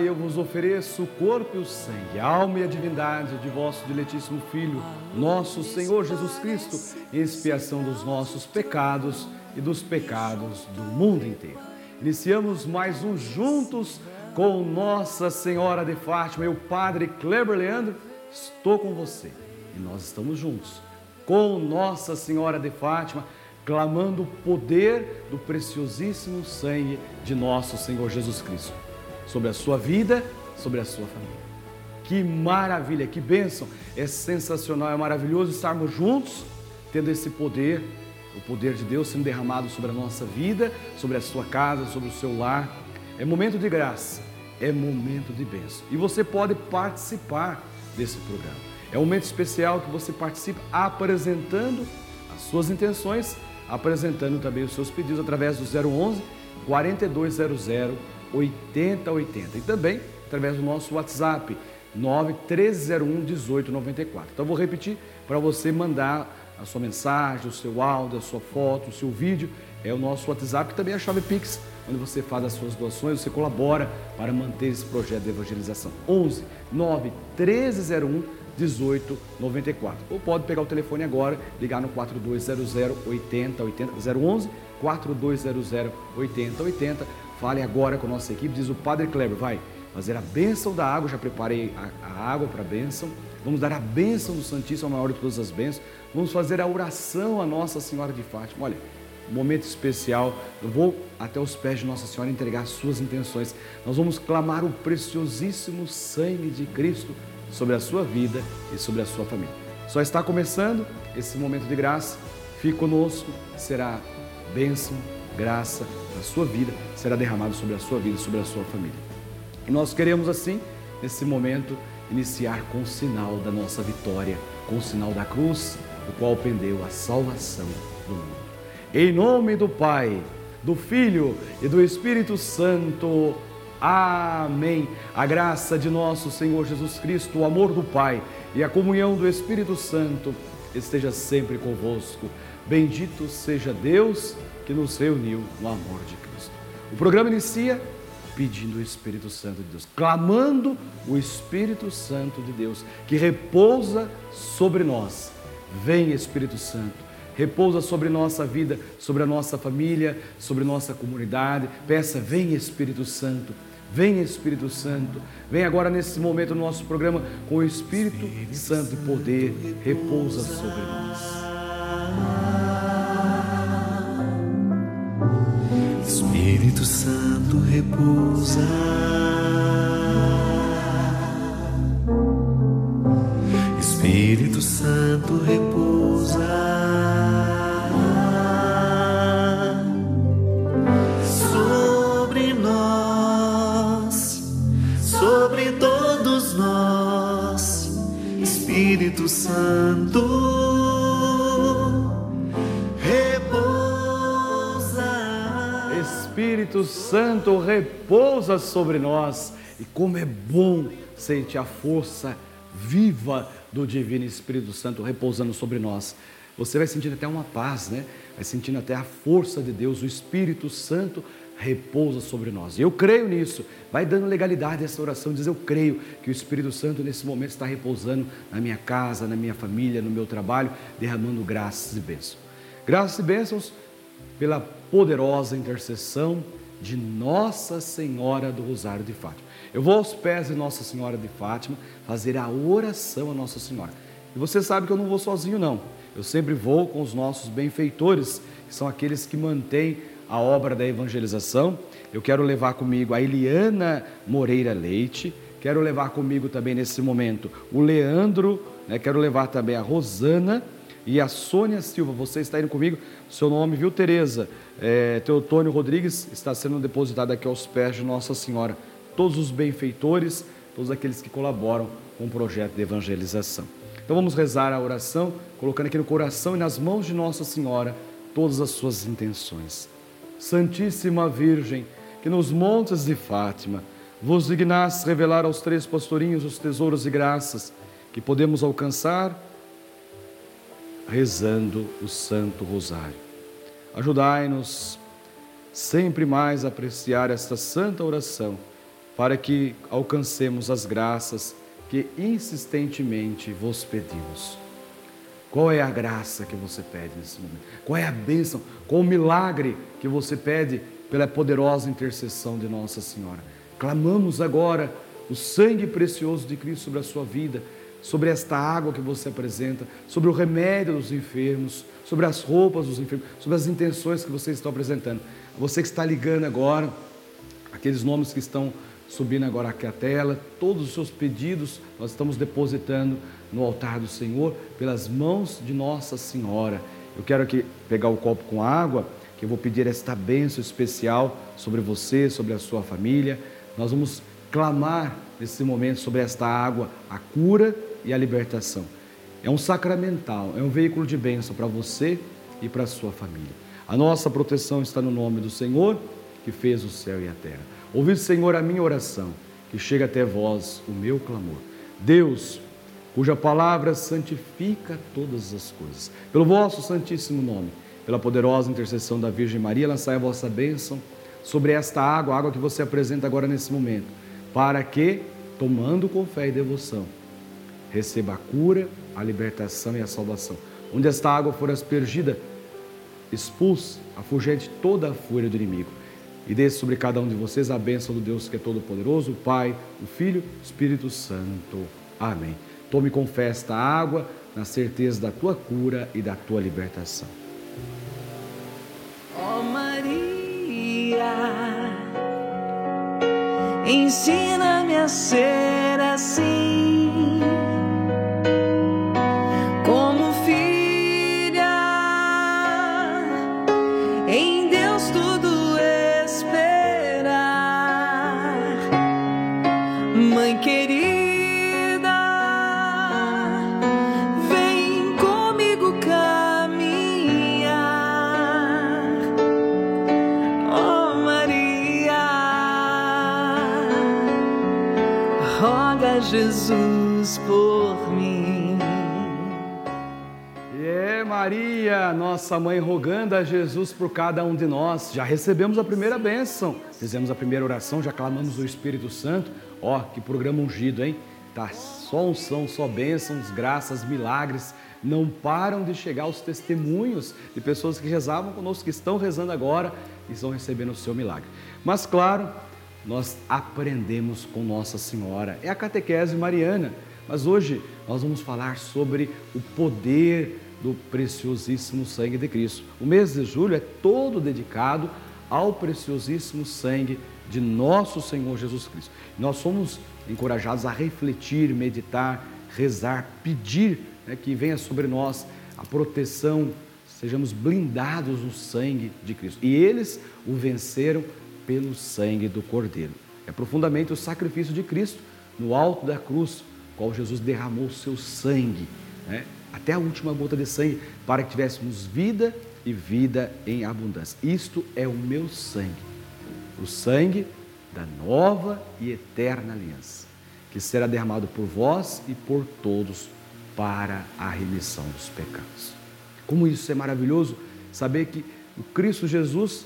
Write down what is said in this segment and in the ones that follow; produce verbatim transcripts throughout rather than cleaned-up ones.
eu vos ofereço o corpo e o sangue, a alma e a divindade de vosso diletíssimo Filho, nosso Senhor Jesus Cristo, em expiação dos nossos pecados e dos pecados do mundo inteiro. Iniciamos mais um Juntos com Nossa Senhora de Fátima. Eu, Padre Kleber Leandro, estou com você e nós estamos juntos com Nossa Senhora de Fátima, clamando o poder do preciosíssimo sangue de nosso Senhor Jesus Cristo sobre a sua vida, sobre a sua família. Que maravilha, que bênção! É sensacional, é maravilhoso estarmos juntos, tendo esse poder, o poder de Deus sendo derramado sobre a nossa vida, sobre a sua casa, sobre o seu lar. É momento de graça, é momento de bênção. E você pode participar desse programa. É um momento especial que você participa apresentando as suas intenções, apresentando também os seus pedidos através do zero onze, quarenta e dois zero zero, oitenta oitenta e também através do nosso WhatsApp nove três zero um, um oito nove quatro. Então vou repetir para você mandar a sua mensagem, o seu áudio, a sua foto, o seu vídeo. É o nosso WhatsApp, que também é a chave Pix, onde você faz as suas doações, você colabora para manter esse projeto de evangelização. onze, nove treze zero um, um oito nove quatro. Ou pode pegar o telefone agora, ligar no quatro dois zero zero, oitenta oitenta, zero onze, quatro dois zero zero, oitenta oitenta. Fale agora com a nossa equipe, diz o Padre Kleber, vai fazer a bênção da água, já preparei a, a água para a bênção, vamos dar a bênção do Santíssimo, a maior de todas as bênçãos, vamos fazer a oração a Nossa Senhora de Fátima. Olha, um momento especial, eu vou até os pés de Nossa Senhora entregar as suas intenções, nós vamos clamar o preciosíssimo sangue de Cristo sobre a sua vida e sobre a sua família. Só está começando esse momento de graça, fique conosco, será bênção, graça na sua vida, será derramado sobre a sua vida e sobre a sua família. E nós queremos assim, nesse momento, iniciar com o sinal da nossa vitória, com o sinal da cruz, o qual pendeu a salvação do mundo. Em nome do Pai, do Filho e do Espírito Santo. Amém. A graça de nosso Senhor Jesus Cristo, o amor do Pai e a comunhão do Espírito Santo esteja sempre convosco. Bendito seja Deus que nos reuniu no amor de Cristo. O programa inicia pedindo o Espírito Santo de Deus, clamando o Espírito Santo de Deus, que repousa sobre nós. Vem, Espírito Santo, repousa sobre nossa vida, sobre a nossa família, sobre nossa comunidade. Peça, vem, Espírito Santo, vem, Espírito Santo, vem agora nesse momento no nosso programa com o Espírito Santo e poder, repousa sobre nós. Espírito Santo repousa, Espírito Santo repousa sobre nós, sobre todos nós. Espírito Santo Espírito Santo repousa sobre nós, e como é bom sentir a força viva do Divino Espírito Santo repousando sobre nós. Você vai sentindo até uma paz, né? Vai sentindo até a força de Deus, o Espírito Santo repousa sobre nós. E eu creio nisso. Vai dando legalidade a essa oração, diz: eu creio que o Espírito Santo nesse momento está repousando na minha casa, na minha família, no meu trabalho, derramando graças e bênçãos. Graças e bênçãos pela poderosa intercessão de Nossa Senhora do Rosário de Fátima. Eu vou aos pés de Nossa Senhora de Fátima fazer a oração a Nossa Senhora. E você sabe que eu não vou sozinho, não. Eu sempre vou com os nossos benfeitores, que são aqueles que mantêm a obra da evangelização. Eu quero levar comigo a Eliana Moreira Leite, quero levar comigo também nesse momento o Leandro, né? Quero levar também a Rosana e a Sônia Silva. Você está indo comigo, seu nome, viu, Tereza? É, Teotônio Rodrigues está sendo depositado aqui aos pés de Nossa Senhora. Todos os benfeitores, todos aqueles que colaboram com o projeto de evangelização. Então vamos rezar a oração, colocando aqui no coração e nas mãos de Nossa Senhora todas as suas intenções. Santíssima Virgem, que nos montes de Fátima vos dignaste revelar aos três pastorinhos os tesouros e graças que podemos alcançar rezando o Santo Rosário. Ajudai-nos sempre mais a apreciar esta santa oração para que alcancemos as graças que insistentemente vos pedimos. Qual é a graça que você pede nesse momento? Qual é a bênção? Qual o milagre que você pede pela poderosa intercessão de Nossa Senhora? Clamamos agora o sangue precioso de Cristo sobre a sua vida, sobre esta água que você apresenta, sobre o remédio dos enfermos, sobre as roupas dos enfermos, sobre as intenções que você está apresentando. Você que está ligando agora, aqueles nomes que estão subindo agora aqui a tela, todos os seus pedidos nós estamos depositando no altar do Senhor, pelas mãos de Nossa Senhora. Eu quero aqui pegar o copo com água, que eu vou pedir esta bênção especial sobre você, sobre a sua família. Nós vamos clamar nesse momento sobre esta água, a cura e a libertação. É um sacramental, é um veículo de bênção para você e para a sua família. A nossa proteção está no nome do Senhor, que fez o céu e a terra. Ouvi, Senhor, a minha oração, que chega até vós o meu clamor. Deus, cuja palavra santifica todas as coisas, pelo vosso santíssimo nome, pela poderosa intercessão da Virgem Maria, lançai a vossa bênção sobre esta água, a água que você apresenta agora nesse momento, para que, tomando com fé e devoção, receba a cura, a libertação e a salvação. Onde esta água for aspergida, expulse, afugente toda a fúria do inimigo. E desça sobre cada um de vocês a bênção do Deus que é todo-poderoso, o Pai, o Filho, o Espírito Santo. Amém. Tome com fé esta água, na certeza da tua cura e da tua libertação. Ó Maria, ensina-me a ser assim, como filha, em Deus tudo Mãe querida, vem comigo caminhar. Ó Maria, roga a Jesus por mim. E é Maria, nossa mãe, rogando a Jesus por cada um de nós. Já recebemos a primeira bênção, fizemos a primeira oração, já clamamos o Espírito Santo. Ó, que programa ungido, hein? Tá só unção, só bênçãos, graças, milagres. Não param de chegar os testemunhos de pessoas que rezavam conosco, que estão rezando agora e estão recebendo o seu milagre. Mas, claro, nós aprendemos com Nossa Senhora. É a catequese mariana. Mas hoje nós vamos falar sobre o poder do preciosíssimo sangue de Cristo. O mês de julho é todo dedicado ao preciosíssimo sangue de nosso Senhor Jesus Cristo. Nós somos encorajados a refletir, meditar, rezar, pedir, né, que venha sobre nós a proteção, sejamos blindados no sangue de Cristo. E eles o venceram pelo sangue do Cordeiro. É profundamente o sacrifício de Cristo no alto da cruz, qual Jesus derramou o seu sangue, né, até a última gota de sangue, para que tivéssemos vida e vida em abundância. Isto é o meu sangue, o sangue da nova e eterna aliança, que será derramado por vós e por todos para a remissão dos pecados. Como isso é maravilhoso, saber que o Cristo Jesus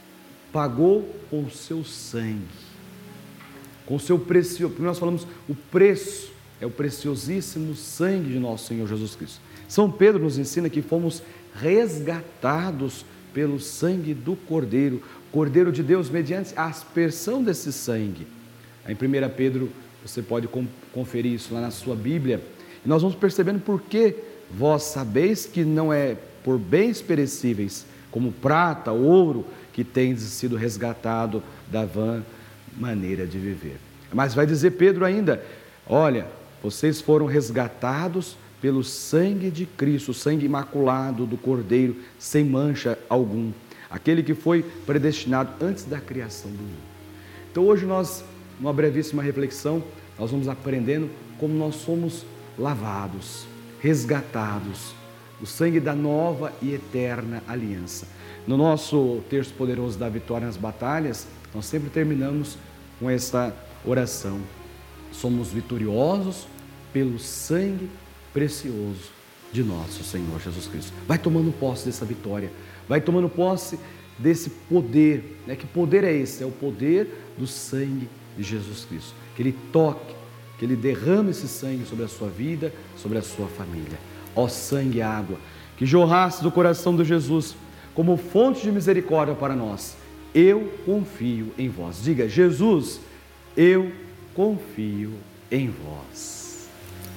pagou com o seu sangue, com o seu preço, porque nós falamos o preço, é o preciosíssimo sangue de nosso Senhor Jesus Cristo. São Pedro nos ensina que fomos resgatados pelo sangue do Cordeiro, Cordeiro de Deus, mediante a aspersão desse sangue. Em primeira Pedro, você pode conferir isso lá na sua Bíblia, e nós vamos percebendo por que vós sabeis que não é por bens perecíveis, como prata, ouro, que tendes sido resgatado da vã maneira de viver. Mas vai dizer Pedro ainda, olha, vocês foram resgatados pelo sangue de Cristo, o sangue imaculado do Cordeiro, sem mancha algum, aquele que foi predestinado antes da criação do mundo. Então hoje nós, numa brevíssima reflexão, nós vamos aprendendo como nós somos lavados, resgatados, o sangue da nova e eterna aliança. No nosso terço poderoso da vitória nas batalhas, nós sempre terminamos com esta oração. Somos vitoriosos pelo sangue precioso de nosso Senhor Jesus Cristo. Vai tomando posse dessa vitória, vai tomando posse desse poder, né? Que poder é esse? É o poder do sangue de Jesus Cristo. Que Ele toque, que Ele derrame esse sangue sobre a sua vida, sobre a sua família. Ó sangue e água, que jorrasse do coração de Jesus como fonte de misericórdia para nós. Eu confio em vós. Diga, Jesus, eu confio em vós.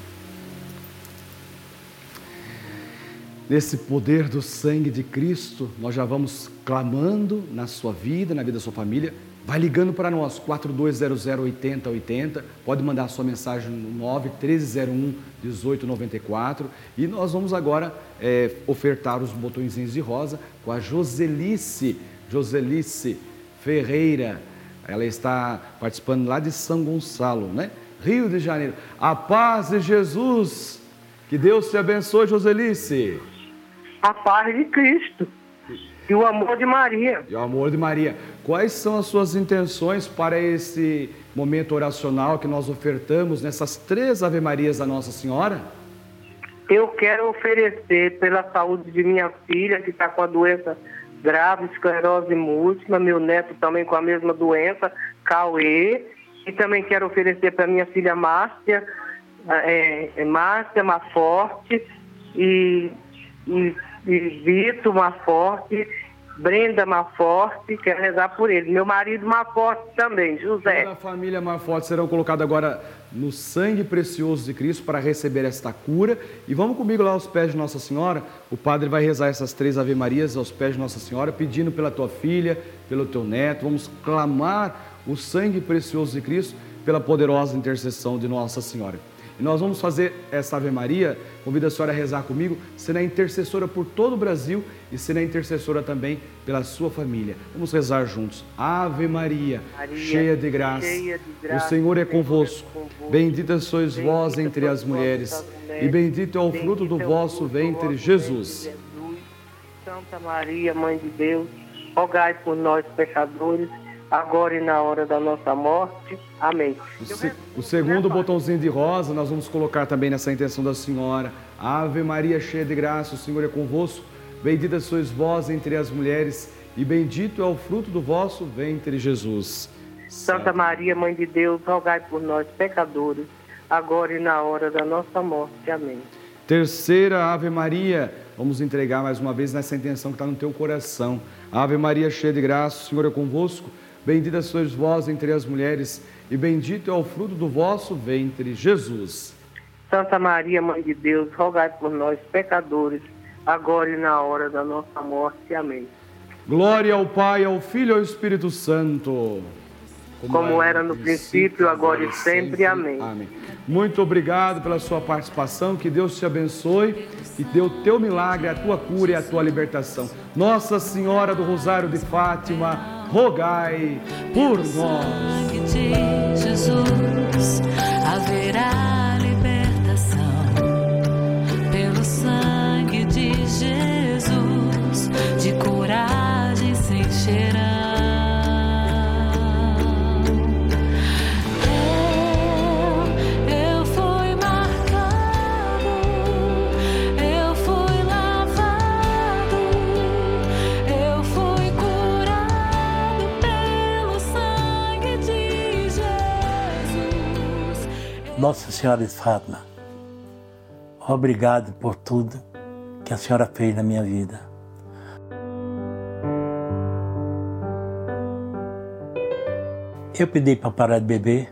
Nesse poder do sangue de Cristo, nós já vamos clamando na sua vida, na vida da sua família. Vai ligando para nós, quatro dois zero zero, oito zero oito zero, pode mandar sua mensagem no nove três zero um, um oito nove quatro, e nós vamos agora é, ofertar os botõezinhos de rosa com a Joselice, Joselice Ferreira. Ela está participando lá de São Gonçalo, né? Rio de Janeiro. A paz de Jesus, que Deus te abençoe, Joselice. A paz de Cristo e o amor de Maria. E o amor de Maria. Quais são as suas intenções para esse momento oracional que nós ofertamos nessas três Ave-Marias da Nossa Senhora? Eu quero oferecer pela saúde de minha filha, que está com a doença grave, esclerose múltipla, meu neto também com a mesma doença, Cauê, e também quero oferecer para minha filha Márcia, é, é Márcia Maforte, e, e, e Vitor Maforte, Brenda Maforte, quero rezar por ele. Meu marido Maforte também, José. Toda a família Maforte serão colocados agora no sangue precioso de Cristo para receber esta cura. E vamos comigo lá aos pés de Nossa Senhora. O padre vai rezar essas três Ave Marias aos pés de Nossa Senhora, pedindo pela tua filha, pelo teu neto. Vamos clamar o sangue precioso de Cristo pela poderosa intercessão de Nossa Senhora. E nós vamos fazer essa Ave Maria, convido a senhora a rezar comigo, será intercessora por todo o Brasil e será intercessora também pela sua família. Vamos rezar juntos. Ave Maria, Maria cheia de graça, cheia de graça, o Senhor é convosco. convosco. Bendita sois Bendita vós entre as mulheres, mulheres, e bendito é o fruto do vosso ventre, Jesus. Jesus. Santa Maria, Mãe de Deus, rogai por nós, pecadores, agora e na hora da nossa morte. Amém. O, se, o segundo botãozinho de rosa, nós vamos colocar também nessa intenção da senhora. Ave Maria, cheia de graça, o Senhor é convosco. Bendita sois vós entre as mulheres, e bendito é o fruto do vosso ventre, Jesus. Santa Maria, Mãe de Deus, rogai por nós, pecadores, agora e na hora da nossa morte. Amém. Terceira Ave Maria, vamos entregar mais uma vez nessa intenção que está no teu coração. Ave Maria, cheia de graça, o Senhor é convosco. Bendita sois vós entre as mulheres, e bendito é o fruto do vosso ventre, Jesus. Santa Maria, Mãe de Deus, rogai por nós, pecadores, agora e na hora da nossa morte. Amém. Glória ao Pai, ao Filho e ao Espírito Santo. Como, como era no princípio, agora e sempre. Amém. Amém. Muito obrigado pela sua participação, que Deus te abençoe e dê o teu milagre, a tua cura e a tua libertação. Nossa Senhora do Rosário de Fátima, rogai por nós. Pelo sangue de Jesus haverá libertação. Pelo sangue de Jesus, de coragem se encherão. Nossa Senhora de Fátima, obrigado por tudo que a Senhora fez na minha vida. Eu pedi para parar de beber,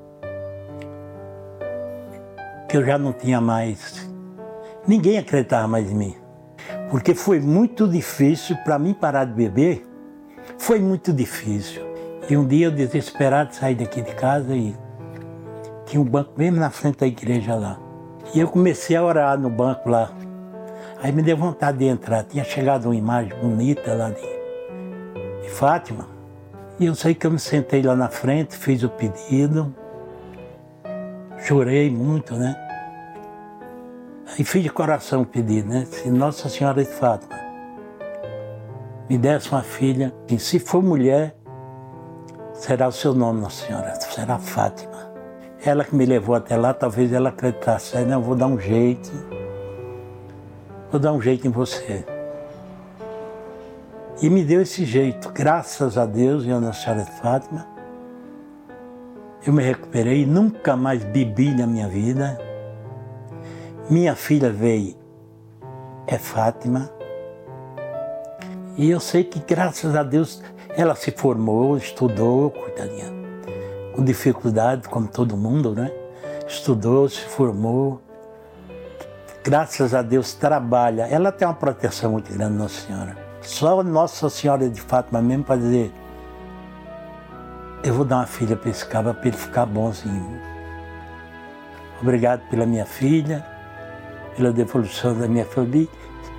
que eu já não tinha mais, ninguém acreditava mais em mim, porque foi muito difícil para mim parar de beber, foi muito difícil. E um dia eu desesperado saí daqui de casa e tinha um banco mesmo na frente da igreja lá. E eu comecei a orar no banco lá. Aí me deu vontade de entrar. Tinha chegado uma imagem bonita lá de, de Fátima. E eu sei que eu me sentei lá na frente, fiz o pedido. Chorei muito, né? Aí fiz de coração o pedido, né? Se Nossa Senhora de Fátima me desse uma filha, e se for mulher, será o seu nome, Nossa Senhora, será Fátima. Ela que me levou até lá, talvez ela acreditasse, aí, não, vou dar um jeito, vou dar um jeito em você. E me deu esse jeito, graças a Deus e a Nossa Senhora de Fátima, Eu me recuperei, nunca mais bebi na minha vida. Minha filha veio, é Fátima. E eu sei que, graças a Deus, ela se formou, estudou, coitadinha, com dificuldade, como todo mundo, né? Estudou, se formou. Graças a Deus, trabalha. Ela tem uma proteção muito grande, Nossa Senhora. Só Nossa Senhora de Fátima mesmo para dizer: eu vou dar uma filha para esse cabra para ele ficar bonzinho. Obrigado pela minha filha, pela devolução da minha família.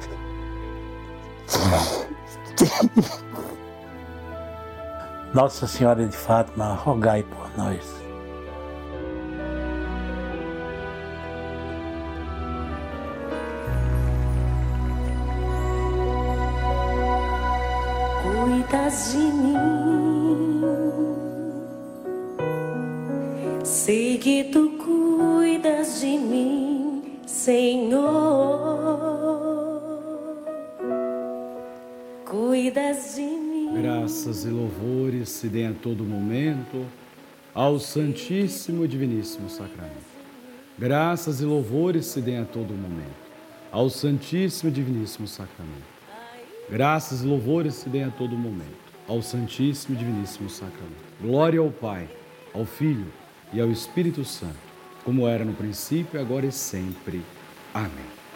Nossa Senhora de Fátima, rogai por nós. Cuidas de mim, sei que tu cuidas de mim, Senhor. Cuidas de mim. Graças e louvores se deem a todo momento ao Santíssimo e Diviníssimo Sacramento. Graças e louvores se deem a todo momento ao Santíssimo e Diviníssimo Sacramento. Graças e louvores se deem a todo momento ao Santíssimo e Diviníssimo Sacramento. Glória ao Pai, ao Filho e ao Espírito Santo, como era no princípio, agora e sempre. Amém.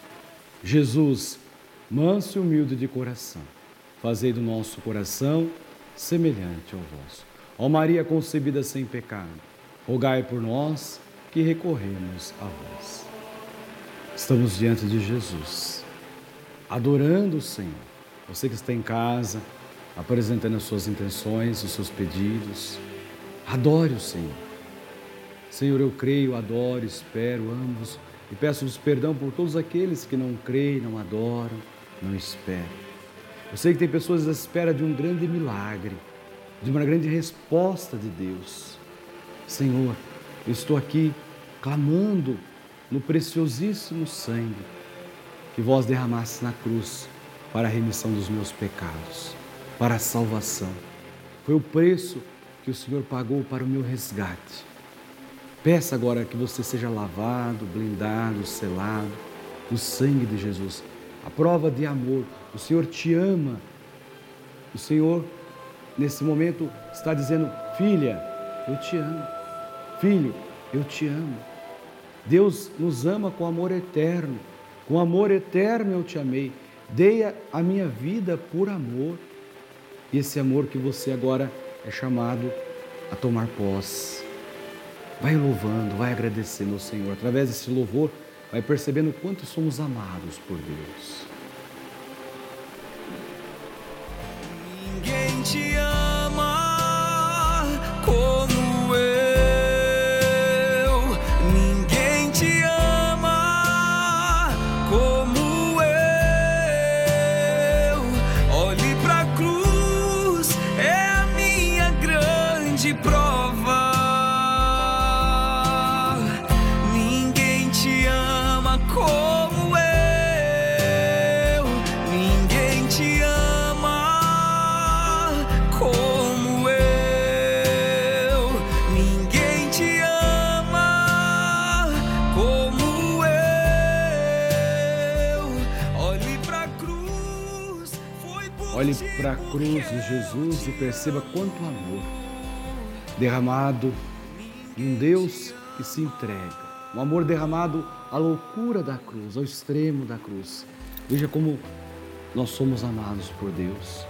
Jesus, manso e humilde de coração, fazei do nosso coração semelhante ao vosso. Ó Maria concebida sem pecado, rogai por nós que recorremos a vós. Estamos diante de Jesus, adorando o Senhor. Você que está em casa, apresentando as suas intenções, os seus pedidos, adore o Senhor. Senhor, eu creio, adoro, espero, amo-vos e peço-vos perdão por todos aqueles que não creem, não adoram, não esperam. Eu sei que tem pessoas à espera de um grande milagre, de uma grande resposta de Deus. Senhor, eu estou aqui clamando no preciosíssimo sangue que vós derramaste na cruz para a remissão dos meus pecados, para a salvação. Foi o preço que o Senhor pagou para o meu resgate. Peça agora que você seja lavado, blindado, selado no sangue de Jesus. A prova de amor. O Senhor te ama. O Senhor, nesse momento, está dizendo: filha, eu te amo. Filho, eu te amo. Deus nos ama com amor eterno. Com amor eterno eu te amei. Dei a minha vida por amor. E esse amor que você agora é chamado a tomar posse. Vai louvando, vai agradecendo ao Senhor. Através desse louvor, vai percebendo o quanto somos amados por Deus. Ninguém te ama como eu. Ninguém te ama como eu. Olhe pra cruz, é a minha grande prova. Ninguém te ama como eu. Ninguém te ama como eu. Ninguém te ama como eu. Olhe pra cruz, foi por Olhe ti para a cruz de Jesus e perceba quanto amor derramado de um Deus que se entrega. Um amor derramado à loucura da cruz, ao extremo da cruz. Veja como nós somos amados por Deus.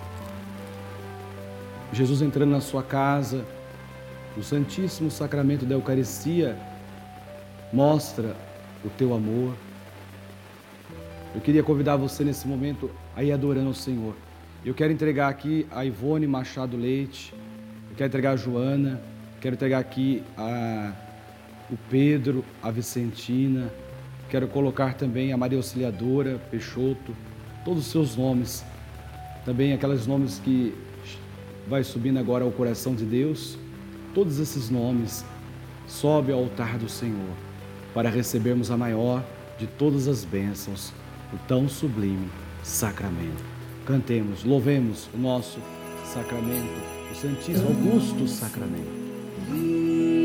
Jesus entrando na sua casa, o Santíssimo Sacramento da Eucaristia mostra o teu amor. Eu queria convidar você nesse momento a ir adorando ao Senhor. Eu quero entregar aqui a Ivone Machado Leite, eu quero entregar a Joana, quero entregar aqui a, o Pedro, a Vicentina, quero colocar também a Maria Auxiliadora Peixoto, todos os seus nomes, também aqueles nomes que vai subindo agora ao coração de Deus. Todos esses nomes sobe ao altar do Senhor para recebermos a maior de todas as bênçãos, o tão sublime sacramento. Cantemos, louvemos o nosso sacramento, o Santíssimo Augusto Sacramento.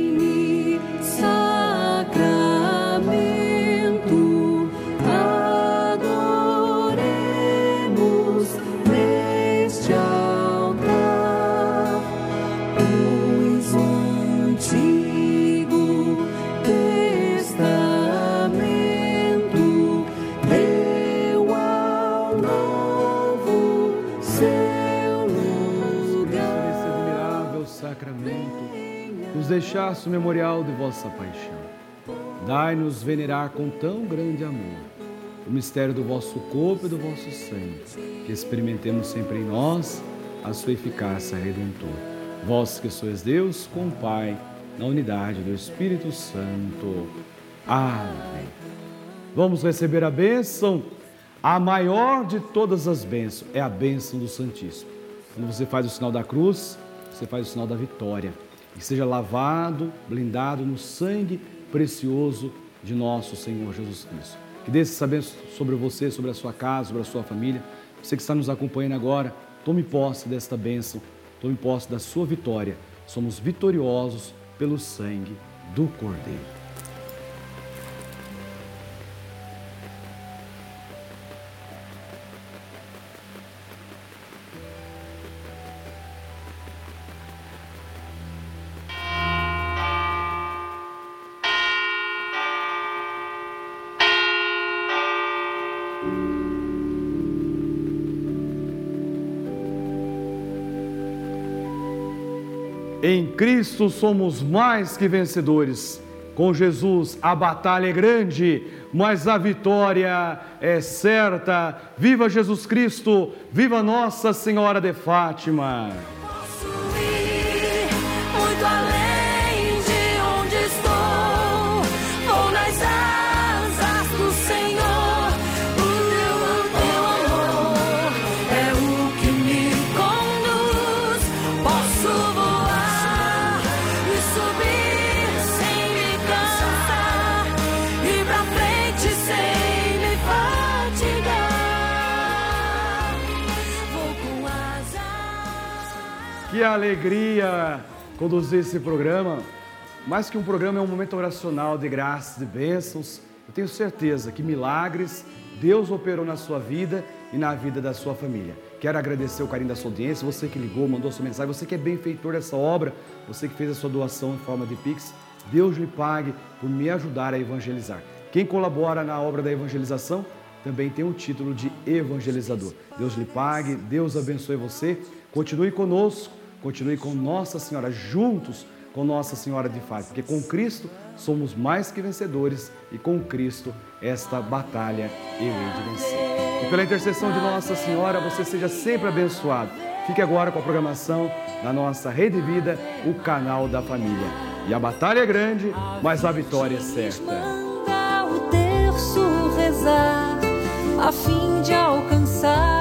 sacramento, nos deixaste o memorial de vossa paixão. Dai-nos venerar com tão grande amor o mistério do vosso corpo e do vosso sangue, que experimentemos sempre em nós a sua eficácia redentora. Vós que sois Deus com o Pai, na unidade do Espírito Santo. Amém. Vamos receber a bênção. A maior de todas as bênçãos é a bênção do Santíssimo. Quando você faz o sinal da cruz, você faz o sinal da vitória. E seja lavado, blindado no sangue precioso de nosso Senhor Jesus Cristo. Que desça essa bênção sobre você, sobre a sua casa, sobre a sua família. Você que está nos acompanhando agora, tome posse desta bênção, tome posse da sua vitória. Somos vitoriosos pelo sangue do Cordeiro. Em Cristo somos mais que vencedores. Com Jesus a batalha é grande, mas a vitória é certa. Viva Jesus Cristo, viva Nossa Senhora de Fátima. Posso ir muito além de onde estou. Vou nas asas do Senhor. O teu, teu amor é o que me conduz. Posso voar e subir sem me cansar, ir pra frente sem me fatigar. Vou com asas. Que alegria conduzir esse programa. Mais que um programa, é um momento oracional de graças e bênçãos. Eu tenho certeza que milagres Deus operou na sua vida e na vida da sua família. Quero agradecer o carinho da sua audiência, você que ligou, mandou sua mensagem, você que é benfeitor dessa obra, você que fez a sua doação em forma de Pix. Deus lhe pague por me ajudar a evangelizar. Quem colabora na obra da evangelização também tem o título de evangelizador. Deus lhe pague, Deus abençoe você. Continue conosco, continue com Nossa Senhora, juntos com Nossa Senhora de Fátima, porque com Cristo somos mais que vencedores e com Cristo esta batalha eu hei de vencer. E pela intercessão de Nossa Senhora, você seja sempre abençoado. Fique agora com a programação da nossa Rede Vida, o canal da família. E a batalha é grande, mas a vitória é certa. Manda o terço rezar, a fim de alcançar